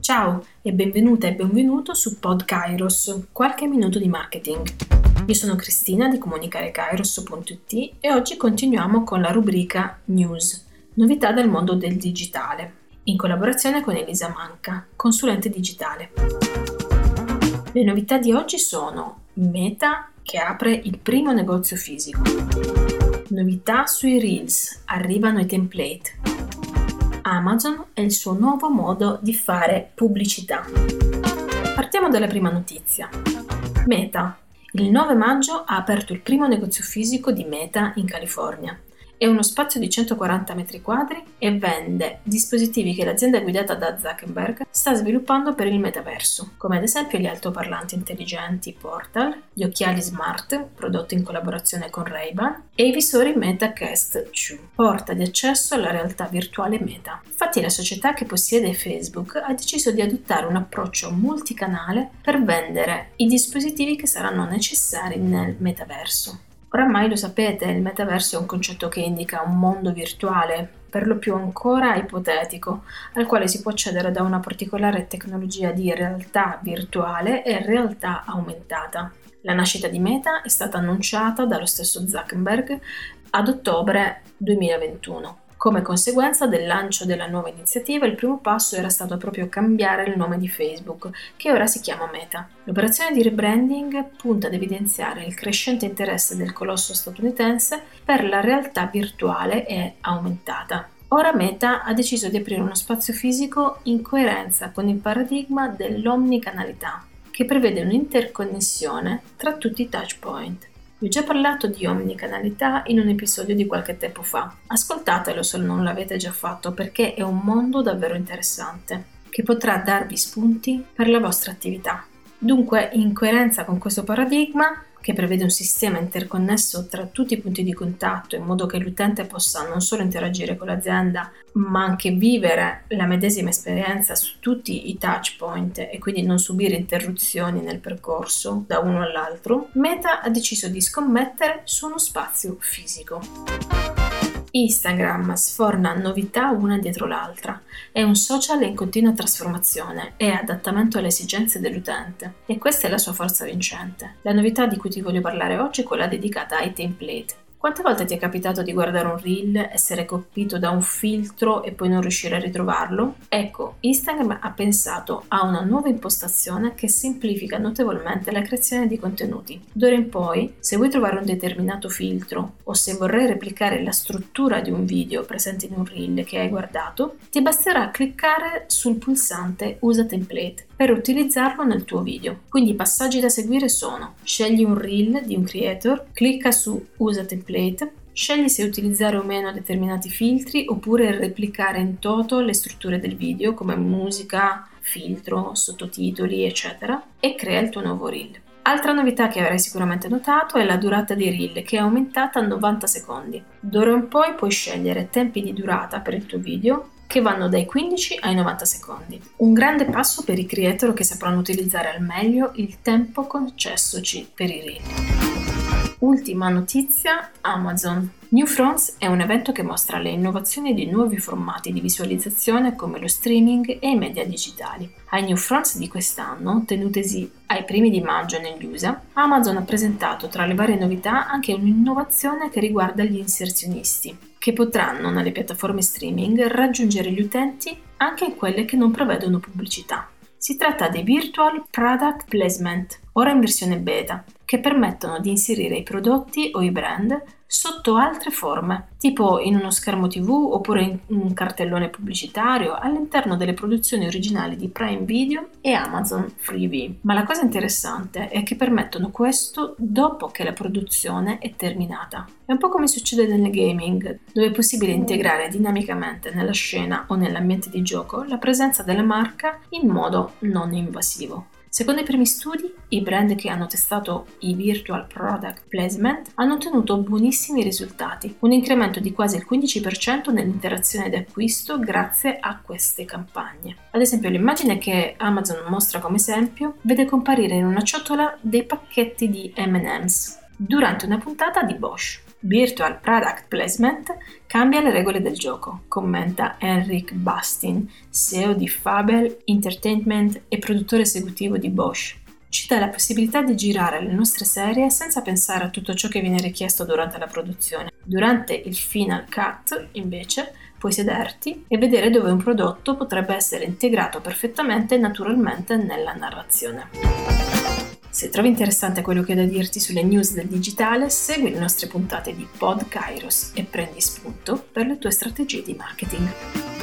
Ciao e benvenuta e benvenuto su Pod Kairos, qualche minuto di marketing. Io sono Cristina di comunicarekairos.it e oggi continuiamo con la rubrica News, novità del mondo del digitale, in collaborazione con Elisa Manca, consulente digitale. Le novità di oggi sono Meta che apre il primo negozio fisico, novità sui Reels, arrivano i template, Amazon e il suo nuovo modo di fare pubblicità. Partiamo dalla prima notizia. Meta. Il 9 maggio ha aperto il primo negozio fisico di Meta in California. È uno spazio di 140 metri quadri e vende dispositivi che l'azienda guidata da Zuckerberg sta sviluppando per il metaverso, come ad esempio gli altoparlanti intelligenti Portal, gli occhiali smart prodotti in collaborazione con Ray-Ban e i visori MetaQuest 2, porta di accesso alla realtà virtuale Meta. Infatti la società che possiede Facebook ha deciso di adottare un approccio multicanale per vendere i dispositivi che saranno necessari nel metaverso. Oramai lo sapete, il metaverso è un concetto che indica un mondo virtuale, per lo più ancora ipotetico, al quale si può accedere da una particolare tecnologia di realtà virtuale e realtà aumentata. La nascita di Meta è stata annunciata dallo stesso Zuckerberg ad ottobre 2021. Come conseguenza del lancio della nuova iniziativa, il primo passo era stato proprio cambiare il nome di Facebook, che ora si chiama Meta. L'operazione di rebranding punta ad evidenziare il crescente interesse del colosso statunitense per la realtà virtuale e aumentata. Ora Meta ha deciso di aprire uno spazio fisico in coerenza con il paradigma dell'omnicanalità, che prevede un'interconnessione tra tutti i touchpoint. Vi ho già parlato di omnicanalità in un episodio di qualche tempo fa. Ascoltatelo se non l'avete già fatto perché è un mondo davvero interessante che potrà darvi spunti per la vostra attività. Dunque, in coerenza con questo paradigma, che prevede un sistema interconnesso tra tutti i punti di contatto in modo che l'utente possa non solo interagire con l'azienda, ma anche vivere la medesima esperienza su tutti i touch point e quindi non subire interruzioni nel percorso da uno all'altro, Meta ha deciso di scommettere su uno spazio fisico. Instagram sforna novità una dietro l'altra. È un social in continua trasformazione e adattamento alle esigenze dell'utente. E questa è la sua forza vincente. La novità di cui ti voglio parlare oggi è quella dedicata ai template. Quante volte ti è capitato di guardare un reel, essere colpito da un filtro e poi non riuscire a ritrovarlo? Ecco, Instagram ha pensato a una nuova impostazione che semplifica notevolmente la creazione di contenuti. D'ora in poi, se vuoi trovare un determinato filtro o se vorrai replicare la struttura di un video presente in un reel che hai guardato, ti basterà cliccare sul pulsante Usa template per utilizzarlo nel tuo video. Quindi i passaggi da seguire sono: scegli un reel di un creator, clicca su Usa template, scegli se utilizzare o meno determinati filtri oppure replicare in toto le strutture del video come musica, filtro, sottotitoli, eccetera, e crea il tuo nuovo reel. Altra novità che avrai sicuramente notato è la durata dei reel, che è aumentata a 90 secondi. D'ora in poi puoi scegliere tempi di durata per il tuo video che vanno dai 15 ai 90 secondi. Un grande passo per i creator che sapranno utilizzare al meglio il tempo concessoci per i reel. Ultima notizia, Amazon. New Fronts è un evento che mostra le innovazioni di nuovi formati di visualizzazione come lo streaming e i media digitali. Ai New Fronts di quest'anno, tenutesi ai primi di maggio negli USA, Amazon ha presentato tra le varie novità anche un'innovazione che riguarda gli inserzionisti, che potranno nelle piattaforme streaming raggiungere gli utenti anche in quelle che non prevedono pubblicità. Si tratta dei Virtual Product Placement, ora in versione beta, che permettono di inserire i prodotti o i brand sotto altre forme, tipo in uno schermo TV oppure in un cartellone pubblicitario all'interno delle produzioni originali di Prime Video e Amazon Freevee. Ma la cosa interessante è che permettono questo dopo che la produzione è terminata. È un po' come succede nel gaming, dove è possibile integrare dinamicamente nella scena o nell'ambiente di gioco la presenza della marca in modo non invasivo. Secondo i primi studi, i brand che hanno testato i Virtual Product Placement hanno ottenuto buonissimi risultati, un incremento di quasi il 15% nell'interazione di acquisto grazie a queste campagne. Ad esempio, l'immagine che Amazon mostra come esempio vede comparire in una ciotola dei pacchetti di M&M's durante una puntata di Bosch. Virtual Product Placement cambia le regole del gioco, commenta Henrik Bastin, CEO di Fabel Entertainment e produttore esecutivo di Bosch. Ci dà la possibilità di girare le nostre serie senza pensare a tutto ciò che viene richiesto durante la produzione. Durante il Final Cut, invece, puoi sederti e vedere dove un prodotto potrebbe essere integrato perfettamente e naturalmente nella narrazione. Se trovi interessante quello che ho da dirti sulle news del digitale, segui le nostre puntate di Pod Kairos e prendi spunto per le tue strategie di marketing.